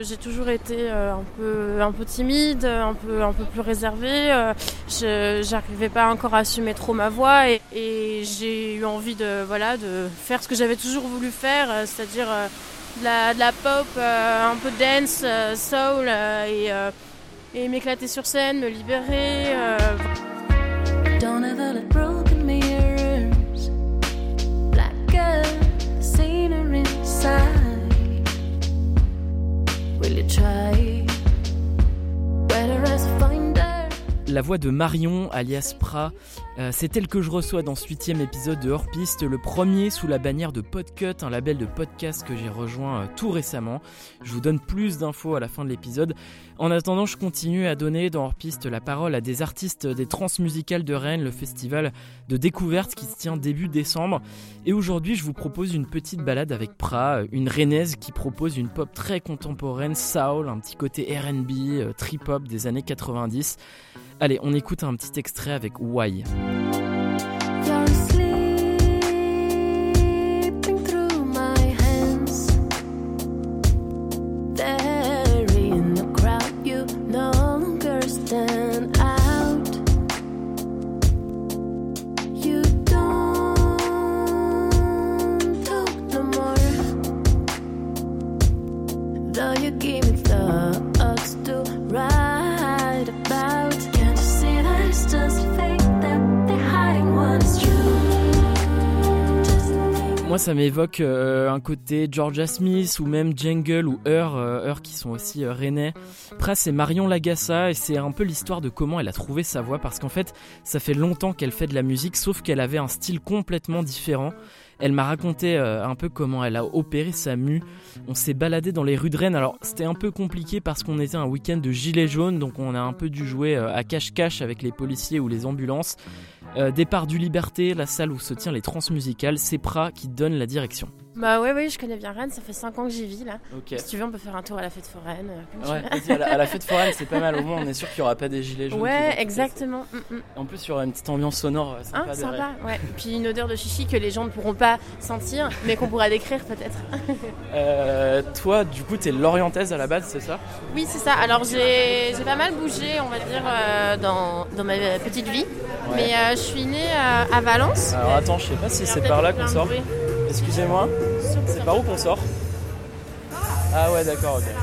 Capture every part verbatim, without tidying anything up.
J'ai toujours été euh, un peu, un peu timide, un peu, un peu plus réservée. Euh, je n'arrivais pas encore à assumer trop ma voix et, et j'ai eu envie de, voilà, de faire ce que j'avais toujours voulu faire, euh, c'est-à-dire euh, de, la, de la pop, euh, un peu dance, euh, soul euh, et, euh, et m'éclater sur scène, me libérer. Euh. Don't ever let broken mirrors black a scenery inside. La voix de Marion, alias Pra, euh, c'est elle que je reçois dans ce huitième épisode de Hors Piste, le premier sous la bannière de Podcut, un label de podcast que j'ai rejoint euh, tout récemment. Je vous donne plus d'infos à la fin de l'épisode. En attendant, je continue à donner dans Hors Piste la parole à des artistes des Transmusicales de Rennes, le festival de découverte qui se tient début décembre. Et aujourd'hui, je vous propose une petite balade avec Pra, une rennaise qui propose une pop très contemporaine, soul, un petit côté R and B, euh, trip-hop des années quatre-vingt-dix. Allez, on écoute un petit extrait avec Why. Moi, ça m'évoque euh, un côté Georgia Smith ou même Jungle ou Heur, euh, Heur qui sont aussi euh, rennais. Après, c'est Marion Lagassa et c'est un peu l'histoire de comment elle a trouvé sa voix parce qu'en fait, ça fait longtemps qu'elle fait de la musique, sauf qu'elle avait un style complètement différent. Elle m'a raconté euh, un peu comment elle a opéré sa mue. On s'est baladé dans les rues de Rennes. Alors, c'était un peu compliqué parce qu'on était un week-end de gilets jaunes, donc on a un peu dû jouer euh, à cache-cache avec les policiers ou les ambulances. Euh, départ du Liberté, la salle où se tient les Transmusicales, c'est Pra qui donne la direction. Bah ouais, ouais, je connais bien Rennes, ça fait cinq ans que j'y vis là. Okay. Si tu veux, on peut faire un tour à la fête foraine. Ouais, vas-y, à la, à la fête foraine, c'est pas mal, au moins on est sûr qu'il n'y aura pas des gilets jaunes. Ouais, exactement. Mm-mm. En plus, il y aura une petite ambiance sonore sympa. Hein, sympa, ouais. Et puis une odeur de chichi que les gens ne pourront pas sentir, mais qu'on pourra décrire peut-être. euh, toi, du coup, t'es lorientaise à la base, c'est ça ? Oui, c'est ça. Alors j'ai, j'ai pas mal bougé, on va dire, euh, dans, dans ma petite vie. Ouais. Mais euh, je suis née euh, à Valence. Alors attends, je sais pas si c'est par là qu'on sort. Excusez-moi, c'est par où qu'on sort ? Ah ouais, d'accord, ok.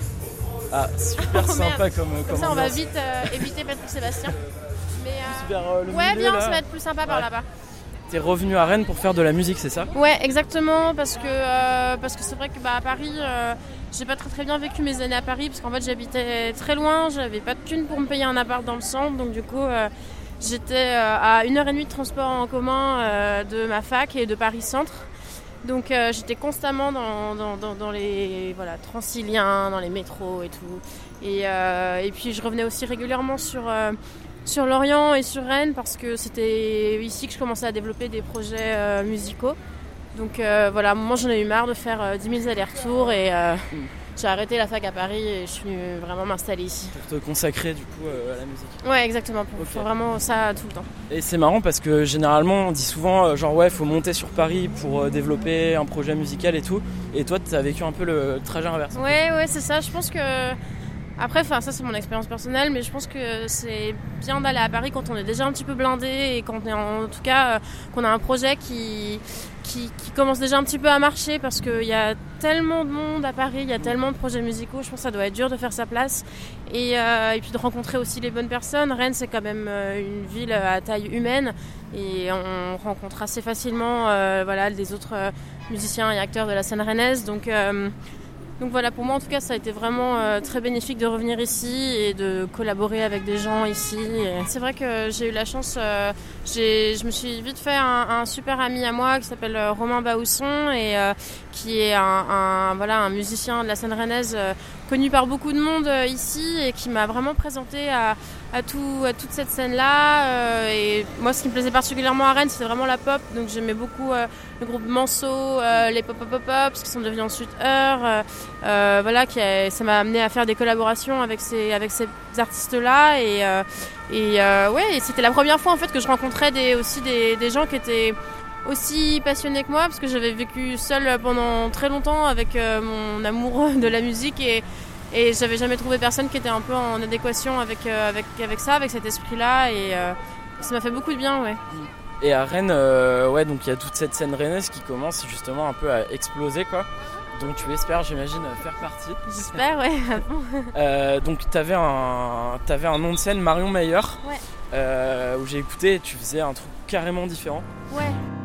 Ah, super oh, sympa comme, comme comme ça, ambiance. On va vite euh, éviter Patrick Sébastien. Mais, euh... Super, euh, le ouais, milieu, bien, là. Ça va être plus sympa ouais. Par là-bas. T'es revenu à Rennes pour faire de la musique, c'est ça ? Ouais, exactement, parce que, euh, parce que c'est vrai que bah, à Paris, euh, j'ai pas très très bien vécu mes années à Paris, parce qu'en fait j'habitais très loin, j'avais pas de thunes pour me payer un appart dans le centre, donc du coup... Euh, J'étais à une heure et demie de transport en commun euh, de ma fac et de Paris Centre. Donc euh, j'étais constamment dans, dans, dans, dans les voilà, Transiliens, dans les métros et tout. Et, euh, et puis je revenais aussi régulièrement sur, euh, sur Lorient et sur Rennes parce que c'était ici que je commençais à développer des projets euh, musicaux. Donc euh, voilà, à un moment j'en ai eu marre de faire euh, dix mille allers-retours et... Euh, mmh. J'ai arrêté la fac à Paris et je suis venue vraiment m'installer ici. Pour te consacrer du coup euh, à la musique. Ouais, exactement, pour okay. faire vraiment ça tout le temps. Et c'est marrant parce que généralement on dit souvent euh, genre ouais, faut monter sur Paris pour euh, développer un projet musical et tout. Et toi, tu as vécu un peu le trajet inverse. Ouais, ouais, c'est ça. Je pense que après, enfin ça c'est mon expérience personnelle, mais je pense que c'est bien d'aller à Paris quand on est déjà un petit peu blindé et quand on est en, en tout cas euh, qu'on a un projet qui Qui, qui commence déjà un petit peu à marcher parce qu'il y a tellement de monde à Paris, il y a tellement de projets musicaux, je pense que ça doit être dur de faire sa place et, euh, et puis de rencontrer aussi les bonnes personnes. Rennes c'est quand même euh, une ville à taille humaine et on rencontre assez facilement euh, voilà, des autres euh, musiciens et acteurs de la scène rennaise donc, euh, donc voilà, pour moi en tout cas ça a été vraiment euh, très bénéfique de revenir ici et de collaborer avec des gens ici. Et c'est vrai que j'ai eu la chance, euh, j'ai, je me suis vite fait un, un super ami à moi qui s'appelle Romain Baousson et euh, qui est un, un, voilà, un musicien de la scène rennaise euh, connu par beaucoup de monde euh, ici et qui m'a vraiment présenté à, à, tout, à toute cette scène-là. Euh, et moi ce qui me plaisait particulièrement à Rennes c'était vraiment la pop, donc j'aimais beaucoup euh, le groupe Manceau, euh, les Pop Pop Pop Pops qui sont devenus ensuite Heur. Euh, Euh, voilà, qui a, ça m'a amené à faire des collaborations avec ces, avec ces artistes-là et, euh, et euh, ouais, et c'était la première fois en fait que je rencontrais des, aussi des, des gens qui étaient aussi passionnés que moi parce que j'avais vécu seule pendant très longtemps avec euh, mon amour de la musique et, et j'avais jamais trouvé personne qui était un peu en adéquation avec, euh, avec, avec ça, avec cet esprit-là, et euh, ça m'a fait beaucoup de bien, ouais. Et à Rennes, euh, ouais, donc il y a toute cette scène rennaise qui commence justement un peu à exploser, quoi. Donc tu espères, j'imagine, faire partie. J'espère, ouais. euh, donc t'avais un, t'avais un nom de scène, Marion Mayer, ouais. euh, où j'ai écouté et tu faisais un truc carrément différent. Ouais.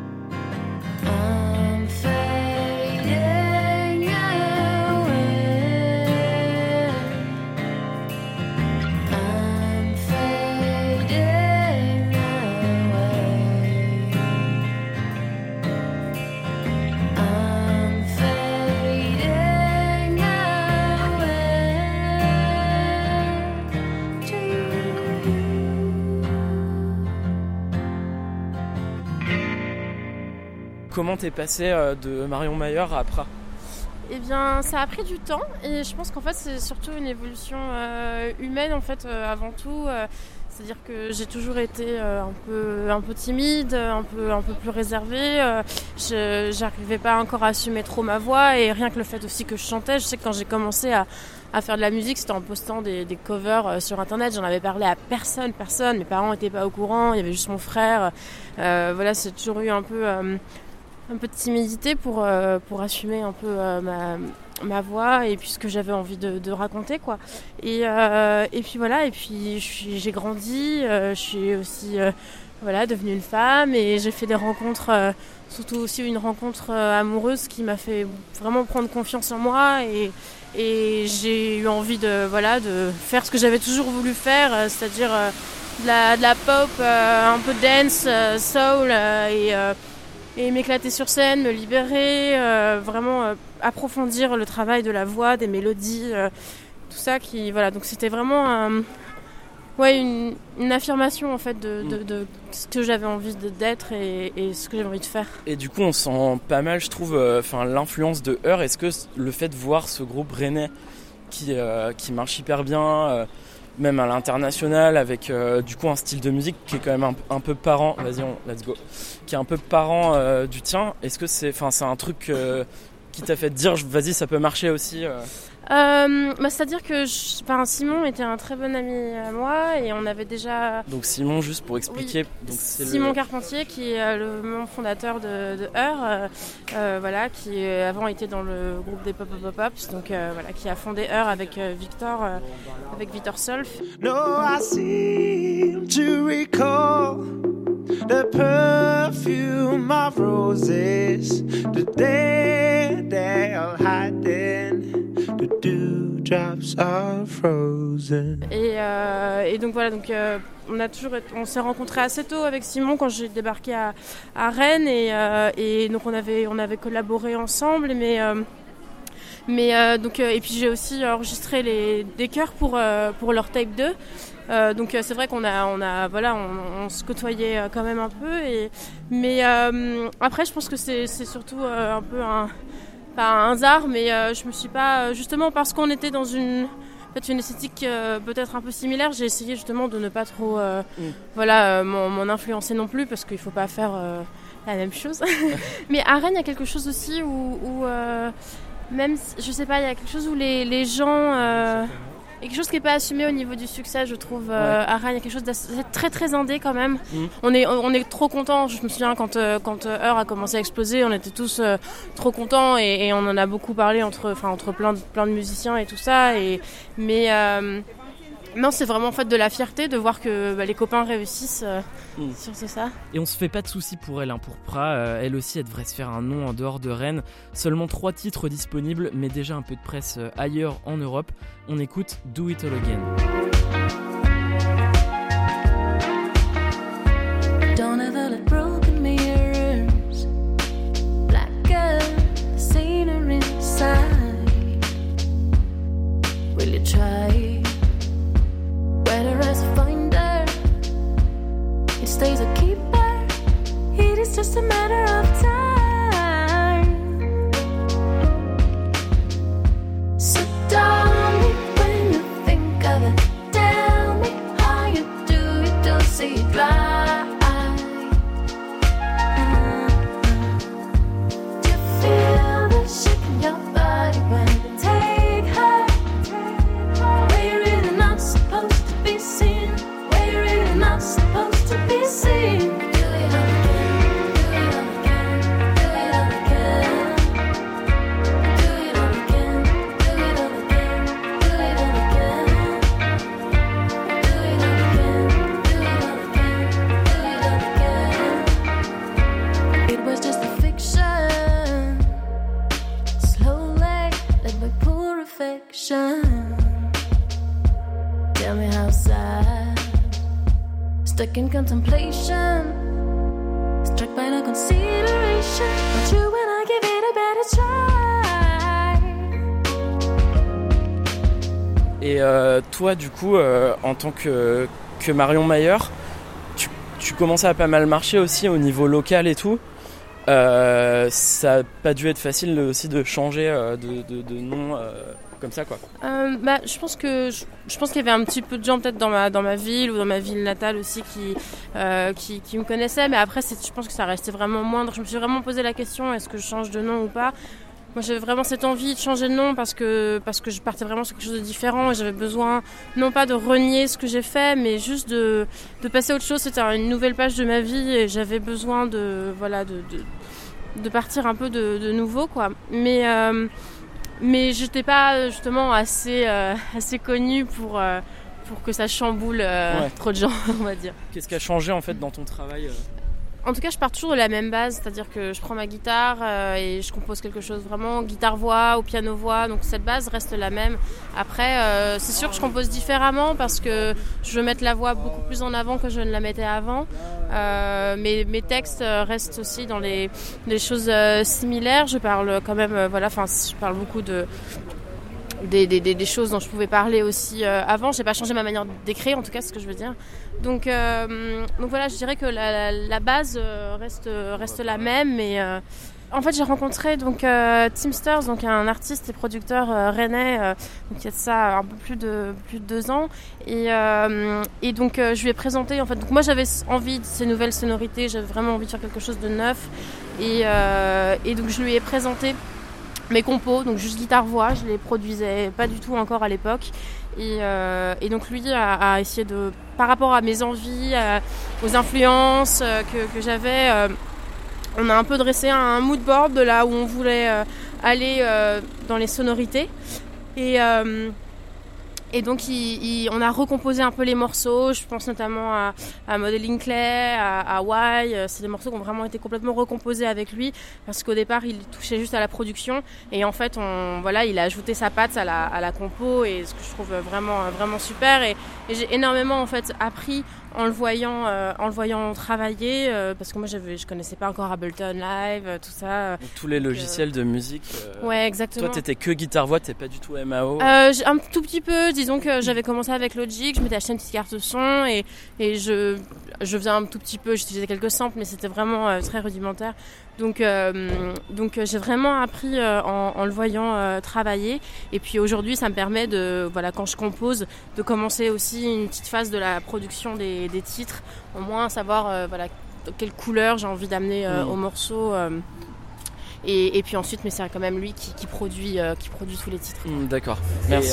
Comment t'es passé de Marion Mayer à Prat ? Eh bien, ça a pris du temps et je pense qu'en fait, c'est surtout une évolution euh, humaine en fait, euh, avant tout. Euh, c'est-à-dire que j'ai toujours été euh, un peu, un peu timide, un peu, un peu plus réservée. Euh, je n'arrivais pas encore à assumer trop ma voix et rien que le fait aussi que je chantais. Je sais que quand j'ai commencé à, à faire de la musique, c'était en postant des, des covers euh, sur Internet. J'en avais parlé à personne, personne. Mes parents n'étaient pas au courant. Il y avait juste mon frère. Euh, voilà, c'est toujours eu un peu... Euh, un peu de timidité pour, euh, pour assumer un peu euh, ma, ma voix et puis ce que j'avais envie de, de raconter, quoi. Et, euh, et puis voilà, et puis je suis, j'ai grandi, euh, je suis aussi euh, voilà, devenue une femme et j'ai fait des rencontres, euh, surtout aussi une rencontre euh, amoureuse qui m'a fait vraiment prendre confiance en moi et, et j'ai eu envie de, voilà, de faire ce que j'avais toujours voulu faire, euh, c'est-à-dire euh, de, la, de la pop, euh, un peu dance, euh, soul euh, et... Euh, et m'éclater sur scène, me libérer, euh, vraiment euh, approfondir le travail de la voix, des mélodies, euh, tout ça qui voilà. Donc c'était vraiment euh, ouais une, une affirmation en fait de, de, de ce que j'avais envie de, d'être et, et ce que j'avais envie de faire. Et du coup on sent pas mal, je trouve, enfin euh, l'influence de Heur. Est-ce que le fait de voir ce groupe rennais qui euh, qui marche hyper bien, euh, même à l'international, avec euh, du coup un style de musique qui est quand même un, un peu parent, vas-y on, let's go, qui est un peu parent euh, du tien. Est-ce que c'est, enfin c'est un truc euh, qui t'a fait dire, vas-y ça peut marcher aussi euh... Euh, bah, c'est-à-dire que je, enfin, Simon était un très bon ami à moi et on avait déjà... Donc Simon, juste pour expliquer... Oui, donc c'est Simon le... Carpentier, qui est le membre fondateur de, de Heur, euh, euh, voilà, qui avant était dans le groupe des Pop Pop Pops, donc euh, voilà, qui a fondé Heur avec euh, Victor, euh, avec Victor Solf. No, I seem to recall the perfume of roses, the day they're hiding. The dewdrops are frozen. Et, euh, et donc voilà, donc euh, on a toujours, on s'est rencontrés assez tôt avec Simon quand j'ai débarqué à, à Rennes et, euh, et donc on avait, on avait collaboré ensemble, mais euh, mais euh, donc euh, et puis j'ai aussi enregistré les des chœurs pour euh, pour leur tape deux. Euh, donc euh, c'est vrai qu'on a, on a, voilà, on, on se côtoyait euh, quand même un peu. Et mais euh, après, je pense que c'est, c'est surtout euh, un peu un pas un hasard, mais euh, je me suis pas, justement parce qu'on était dans une, en fait, une esthétique euh, peut-être un peu similaire, j'ai essayé justement de ne pas trop euh, mm. voilà, euh, m'en, m'en influencer non plus parce qu'il faut pas faire euh, la même chose. Mais à Rennes, il y a quelque chose aussi où, où euh, même, je sais pas, il y a quelque chose où les, les gens... Euh, Il y a quelque chose qui n'est pas assumé au niveau du succès, je trouve. Ouais. Euh, à Rennes, il y a quelque chose de très très indé quand même. Mmh. On est on est trop contents. Je me souviens quand euh, quand Heur a commencé à exploser, on était tous euh, trop contents et, et on en a beaucoup parlé entre enfin entre plein de plein de musiciens et tout ça. Et mais euh, non, c'est vraiment en fait de la fierté de voir que bah, les copains réussissent euh, mmh. sur ce ça. Et on se fait pas de soucis pour elle, hein, pour Prat. Euh, elle aussi, elle devrait se faire un nom en dehors de Rennes. Seulement trois titres disponibles, mais déjà un peu de presse euh, ailleurs en Europe. On écoute Do It All Again. Don't ever let broken mirrors blacken the scenery inside. Will you try? Whether as a finder, it stays a keeper. It is just a matter of time. So tell me when you think of it. Tell me how you do it. Don't say it dry. Do you feel the shake in your body when you take her? time. Tell me how sad. Stuck in contemplation. Struck by no consideration. But you and I give it a better try. Et euh, toi, du coup, euh, en tant que, que Marion Mayer, tu, tu commençais à pas mal marcher aussi au niveau local et tout. Euh, ça n'a pas dû être facile aussi de changer euh, de, de, de nom euh, comme ça, quoi. Euh, bah, je pense que je, je pense qu'il y avait un petit peu de gens peut-être dans ma dans ma ville ou dans ma ville natale aussi qui euh, qui, qui me connaissaient, mais après c'est, je pense que ça restait vraiment moindre. Je me suis vraiment posé la question, est-ce que je change de nom ou pas? Moi j'avais vraiment cette envie de changer de nom parce que parce que je partais vraiment sur quelque chose de différent et j'avais besoin non pas de renier ce que j'ai fait, mais juste de de passer à autre chose. C'était une nouvelle page de ma vie et j'avais besoin de voilà de de, de partir un peu de, de nouveau, quoi. Mais euh, mais j'étais pas justement assez euh, assez connue pour euh, pour que ça chamboule euh, Ouais. trop de gens, on va dire. Qu'est-ce qui a changé en fait dans ton travail euh En tout cas, je pars toujours de la même base, c'est-à-dire que je prends ma guitare euh, et je compose quelque chose vraiment guitare-voix ou piano-voix, donc cette base reste la même. Après, euh, c'est sûr que je compose différemment parce que je veux mettre la voix beaucoup plus en avant que je ne la mettais avant. Euh, mais mes textes restent aussi dans les, les choses euh, similaires. Je parle quand même, euh, voilà, enfin, je parle beaucoup de Des, des, des choses dont je pouvais parler aussi euh, avant. J'ai pas changé ma manière d'écrire, en tout cas, c'est ce que je veux dire. Donc, euh, donc voilà, je dirais que la, la, la base euh, reste, reste la même. Mais euh, en fait, j'ai rencontré donc euh, Teamsters, donc un artiste et producteur euh, rennais, euh, donc il y a de ça un peu plus de plus de deux ans. Et, euh, et donc euh, je lui ai présenté. En fait, donc moi j'avais envie de ces nouvelles sonorités, j'avais vraiment envie de faire quelque chose de neuf. Et, euh, et donc je lui ai présenté mes compos, donc juste guitare-voix, je les produisais pas du tout encore à l'époque. Et, euh, et donc lui a, a essayé de, par rapport à mes envies, à, aux influences euh, que, que j'avais, euh, on a un peu dressé un mood board de là où on voulait euh, aller euh, dans les sonorités. Et, euh, et donc il, il, on a recomposé un peu les morceaux, je pense notamment à, à Modeling Clay, à, à Why. C'est des morceaux qui ont vraiment été complètement recomposés avec lui parce qu'au départ il touchait juste à la production et en fait on, voilà, il a ajouté sa patte à la, à la compo, et ce que je trouve vraiment, vraiment super. Et, et j'ai énormément en fait appris en le voyant, euh, en le voyant travailler, euh, parce que moi j'avais, je connaissais pas encore Ableton Live, euh, tout ça. Donc, tous les logiciels euh... de musique. Euh... Ouais, exactement. Toi t'étais que guitare-voix, t'es pas du tout M A O. Euh, un tout petit peu, disons que j'avais commencé avec Logic, je m'étais acheté une petite carte son et, et je, je faisais un tout petit peu, j'utilisais quelques samples, mais c'était vraiment euh, très rudimentaire. Donc, euh, donc euh, j'ai vraiment appris euh, en, en le voyant euh, travailler. Et puis aujourd'hui, ça me permet de, voilà, quand je compose, de commencer aussi une petite phase de la production des, des titres, au moins savoir euh, voilà, quelle couleur j'ai envie d'amener euh, mmh. au morceau. Euh, et, et puis ensuite, mais c'est quand même lui qui, qui, produit, euh, qui produit tous les titres. Mmh, d'accord, merci.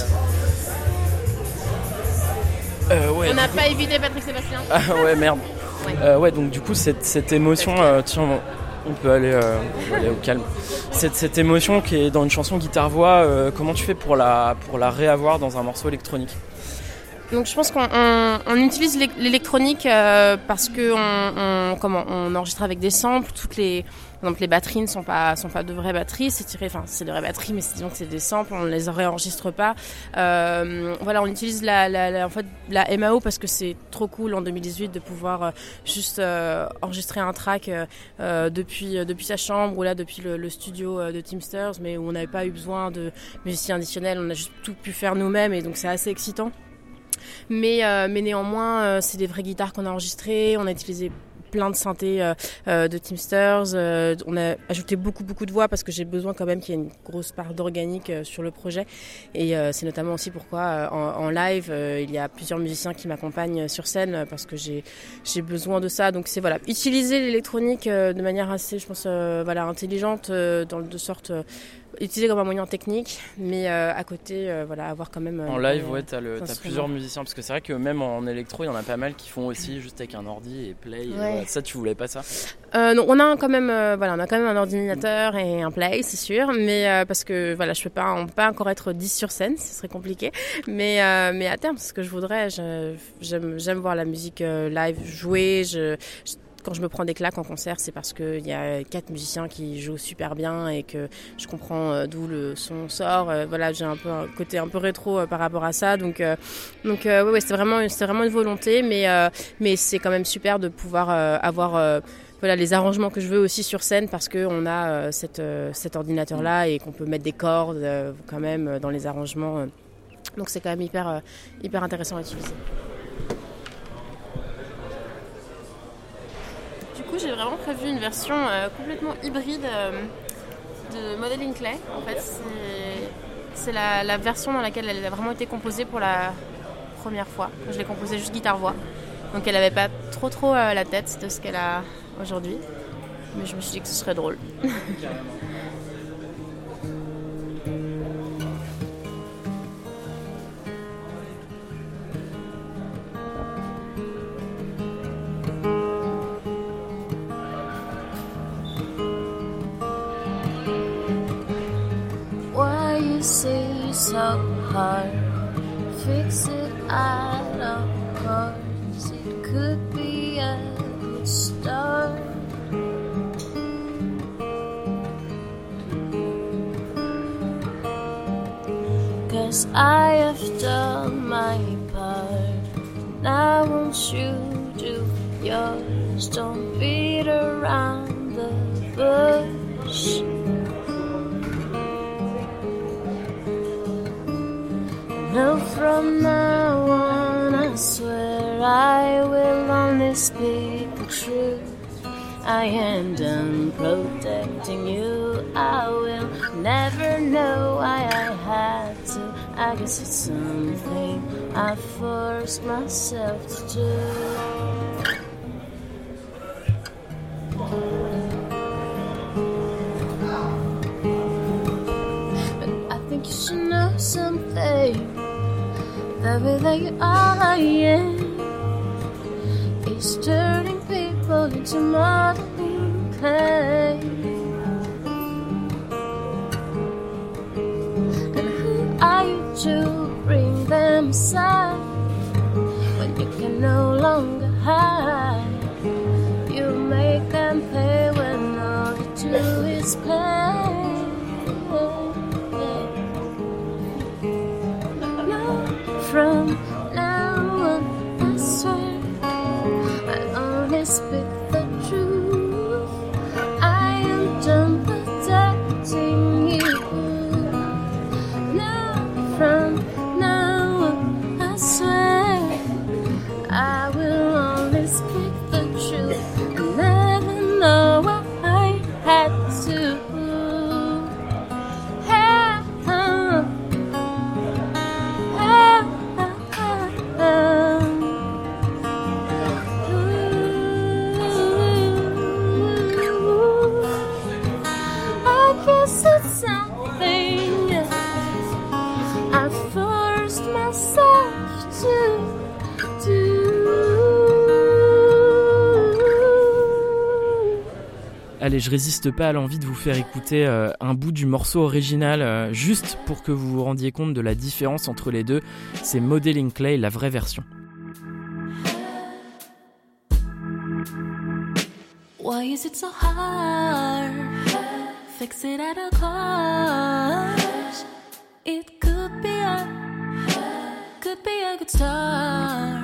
Euh, ouais, On n'a pas évité Patrick Sébastien. Ah ouais, merde. Ouais, euh, ouais donc du coup, cette, cette émotion, euh, tiens, on peut aller, euh, on va aller au calme. Cette, cette émotion qui est dans une chanson guitare-voix, euh, comment tu fais pour la, pour la réavoir dans un morceau électronique ? Donc je pense qu'on on, on utilise l'électronique euh, parce que on, on, comment, on enregistre avec des samples. Toutes les, par exemple, les batteries ne sont pas, sont pas de vraies batteries, c'est tiré, enfin c'est de vraies batteries, mais disons que c'est des samples, on ne les réenregistre pas. Euh, voilà, on utilise la, la, la, en fait, la M A O parce que c'est trop cool en deux mille dix-huit de pouvoir euh, juste euh, enregistrer un track euh, depuis, euh, depuis sa chambre ou là depuis le, le studio euh, de Teamsters, mais où on n'avait pas eu besoin de musiciens additionnels, on a juste tout pu faire nous-mêmes et donc c'est assez excitant. Mais, euh, mais néanmoins, euh, c'est des vraies guitares qu'on a enregistrées. On a utilisé plein de synthés euh, euh, de Teamsters. Euh, on a ajouté beaucoup, beaucoup de voix parce que j'ai besoin quand même qu'il y ait une grosse part d'organique euh, sur le projet. Et euh, c'est notamment aussi pourquoi euh, en, en live, euh, il y a plusieurs musiciens qui m'accompagnent sur scène euh, parce que j'ai, j'ai besoin de ça. Donc c'est voilà, utiliser l'électronique euh, de manière assez, je pense, euh, voilà, intelligente, euh, dans, de sorte... Euh, utilisé comme un moyen technique, mais euh, à côté, euh, voilà, avoir quand même... Euh, en live, ouais, t'as, le, t'as plusieurs musiciens, parce que c'est vrai que même en électro, il y en a pas mal qui font aussi juste avec un ordi et play. Ouais. Et voilà. Ça, tu voulais pas ça ? euh, Non, on a quand même, euh, voilà, on a quand même un ordinateur et un play, c'est sûr, mais euh, parce que voilà, je peux pas, on peut pas encore être dix sur scène, ce serait compliqué, mais euh, mais à terme, c'est ce que je voudrais. Je, j'aime, j'aime voir la musique euh, live jouer. Je, je quand je me prends des claques en concert, c'est parce qu'il y a quatre musiciens qui jouent super bien et que je comprends euh, d'où le son sort. Euh, voilà, j'ai un peu un côté un peu rétro euh, par rapport à ça. Donc, euh, donc euh, ouais, ouais, c'était vraiment, c'était vraiment une volonté, mais, euh, mais c'est quand même super de pouvoir euh, avoir euh, voilà, les arrangements que je veux aussi sur scène parce qu'on a euh, cette, euh, cet ordinateur-là et qu'on peut mettre des cordes euh, quand même dans les arrangements. Euh. Donc c'est quand même hyper, euh, hyper intéressant à utiliser. Du coup, j'ai vraiment prévu une version euh, complètement hybride euh, de Modeling Clay. En fait, c'est, c'est la, la version dans laquelle elle a vraiment été composée pour la première fois. Je l'ai composée juste guitare-voix. Donc elle n'avait pas trop trop euh, la tête de ce qu'elle a aujourd'hui. Mais je me suis dit que ce serait drôle. Why you say so hard? Fix it out of course. It could be a good start. Cause I have done my part. Now won't you do yours? Don't beat around the bush. No, from now on I swear I will only speak the truth. I am done protecting you. I will never know why I had to. I guess it's something I forced myself to do. But I think you should know something. The way that you are in is turning people into modeling clay. And who are you to bring them aside when you can no longer hide? You make them pay when all you do is play. From now on, I swear I only speak the truth. I am done protecting you. Now, from now on, I swear I will only speak the truth. I never know what I had to. Allez, je résiste pas à l'envie de vous faire écouter euh, un bout du morceau original, euh, juste pour que vous vous rendiez compte de la différence entre les deux. C'est Modeling Clay, la vraie version. Why is it so hard? Fix it at a cost. It could be a, could be a good start.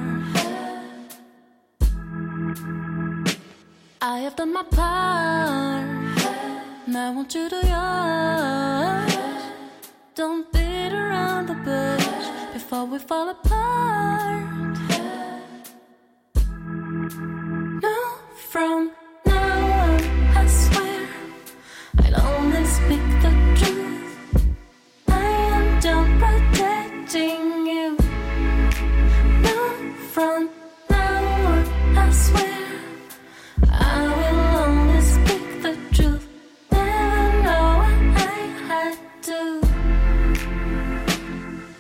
I have done my part. Now I want you to yours. Don't beat around the bush before we fall apart. No, from now on, I swear I'll only speak the truth. I am done protecting you. No, from now on, I swear I will only speak the truth. Never know what I had to. C'est vrai qu'on a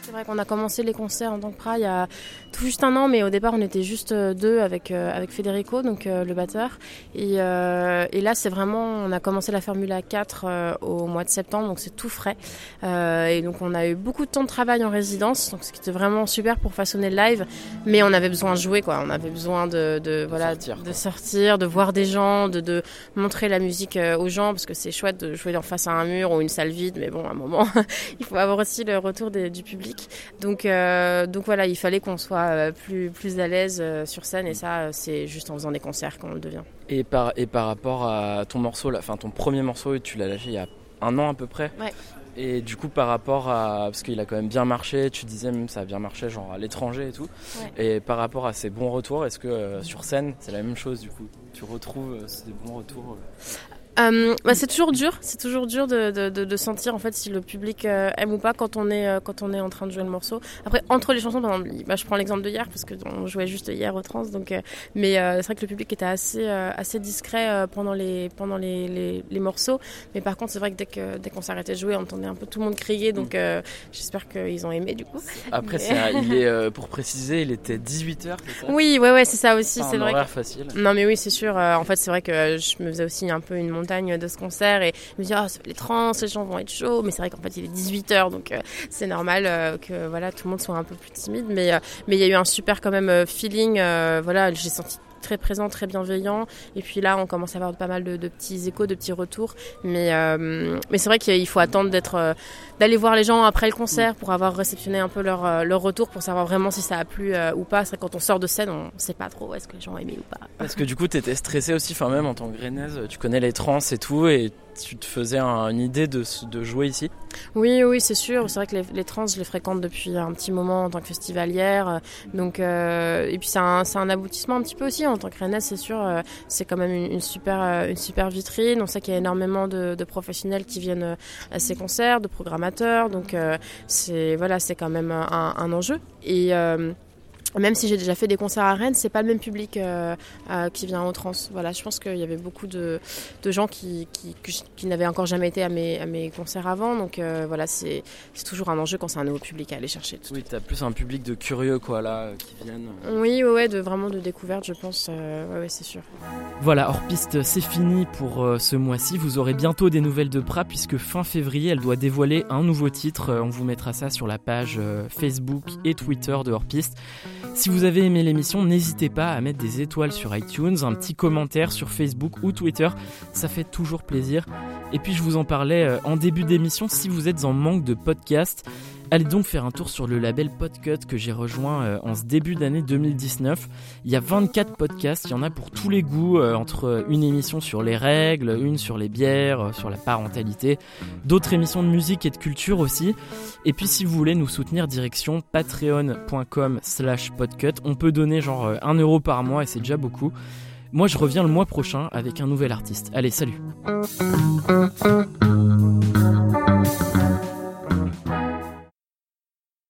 a commencé les concerts en tant que Pra il y a tout juste un an, mais au départ on était juste deux avec, euh, avec Federico, donc euh, le batteur. Et, euh, et là c'est vraiment, on a commencé la Formula quatre euh, au mois de septembre, donc c'est tout frais. Euh, et donc on a eu beaucoup de temps de travail en résidence, donc ce qui était vraiment super pour façonner le live, mais on avait besoin de jouer, quoi. On avait besoin de, de, voilà, sortir, de, de sortir, de voir des gens, de, de montrer la musique aux gens, parce que c'est chouette de jouer en face à un mur ou une salle vide, mais bon, à un moment, il faut avoir aussi le retour des, du public. Donc, euh, donc voilà, il fallait qu'on soit plus, plus à l'aise sur scène, et ça, c'est juste en faisant des concerts qu'on le devient. Et par, et par rapport à ton morceau, là, enfin ton premier morceau, tu l'as lâché il y a un an à peu près. Ouais. Et du coup, par rapport à... Parce qu'il a quand même bien marché, tu disais même ça a bien marché genre à l'étranger et tout. Ouais. Et par rapport à ces bons retours, est-ce que euh, sur scène, c'est la même chose du coup? Tu retrouves euh, ces bons retours euh... Euh, bah c'est toujours dur, c'est toujours dur de, de, de, de sentir en fait si le public euh, aime ou pas quand on est euh, quand on est en train de jouer le morceau. Après entre les chansons, par exemple, bah, je prends l'exemple de hier parce que on jouait juste hier au Trans, donc euh, mais euh, c'est vrai que le public était assez euh, assez discret euh, pendant les pendant les, les les morceaux. Mais par contre c'est vrai que dès que dès qu'on s'arrêtait de jouer, on entendait un peu tout le monde crier, donc euh, j'espère qu'ils ont aimé du coup. Après mais... c'est, il est euh, pour préciser, il était dix-huit heures, c'est ça? Oui, ouais ouais c'est ça aussi, c'est, c'est un vrai. horaire que... facile. Non mais oui c'est sûr. Euh, en fait c'est vrai que je me faisais aussi un peu une montagne de ce concert et je me dis oh, ça fait les trans, les gens vont être chauds, mais c'est vrai qu'en fait il est dix-huit heures, donc euh, c'est normal euh, que voilà tout le monde soit un peu plus timide, mais euh, mais il y a eu un super quand même euh, feeling, euh, voilà, j'ai senti très présent, très bienveillant, et puis là on commence à avoir pas mal de, de petits échos, de petits retours, mais euh, mais c'est vrai qu'il faut attendre d'être euh, d'aller voir les gens après le concert pour avoir réceptionné un peu leur euh, leur retour, pour savoir vraiment si ça a plu euh, ou pas. C'est vrai que quand on sort de scène, on sait pas trop est-ce que les gens ont aimé ou pas. Parce que du coup t'étais stressée aussi, enfin même en tant que rennaise, tu connais les trans et tout, et tu te faisais un, une idée de, de jouer ici? Oui, oui, c'est sûr. C'est vrai que les, les trans, je les fréquente depuis un petit moment en tant que festivalière. Donc, euh, et puis c'est un, c'est un aboutissement un petit peu aussi en tant que rennaise, c'est sûr. Euh, c'est quand même une, une super, une super vitrine. On sait qu'il y a énormément de, de professionnels qui viennent à ces concerts, de programmateurs. Donc, euh, c'est voilà, c'est quand même un, un enjeu. Et euh, même si j'ai déjà fait des concerts à Rennes, c'est pas le même public euh, euh, qui vient au trans. Voilà, je pense qu'il y avait beaucoup de, de gens qui, qui, qui, qui n'avaient encore jamais été à mes, à mes concerts avant. Donc euh, voilà, c'est, c'est toujours un enjeu quand c'est un nouveau public à aller chercher. Tout oui, t'as plus un public de curieux quoi là, qui viennent. Oui, ouais, ouais, de vraiment de découverte, je pense. Euh, ouais, ouais, c'est sûr. Voilà, hors piste, c'est fini pour euh, ce mois-ci. Vous aurez bientôt des nouvelles de Pra puisque fin février, elle doit dévoiler un nouveau titre. Euh, on vous mettra ça sur la page euh, Facebook et Twitter de hors piste. Si vous avez aimé l'émission, n'hésitez pas à mettre des étoiles sur iTunes, un petit commentaire sur Facebook ou Twitter, ça fait toujours plaisir. Et puis je vous en parlais en début d'émission, si vous êtes en manque de podcast, allez donc faire un tour sur le label Podcut que j'ai rejoint en ce début d'année deux mille dix-neuf. Il y a vingt-quatre podcasts, il y en a pour tous les goûts, entre une émission sur les règles, une sur les bières, sur la parentalité, d'autres émissions de musique et de culture aussi. Et puis si vous voulez nous soutenir, direction patreon.com slash podcut, on peut donner genre un euro par mois et c'est déjà beaucoup. Moi je reviens le mois prochain avec un nouvel artiste. Allez, salut!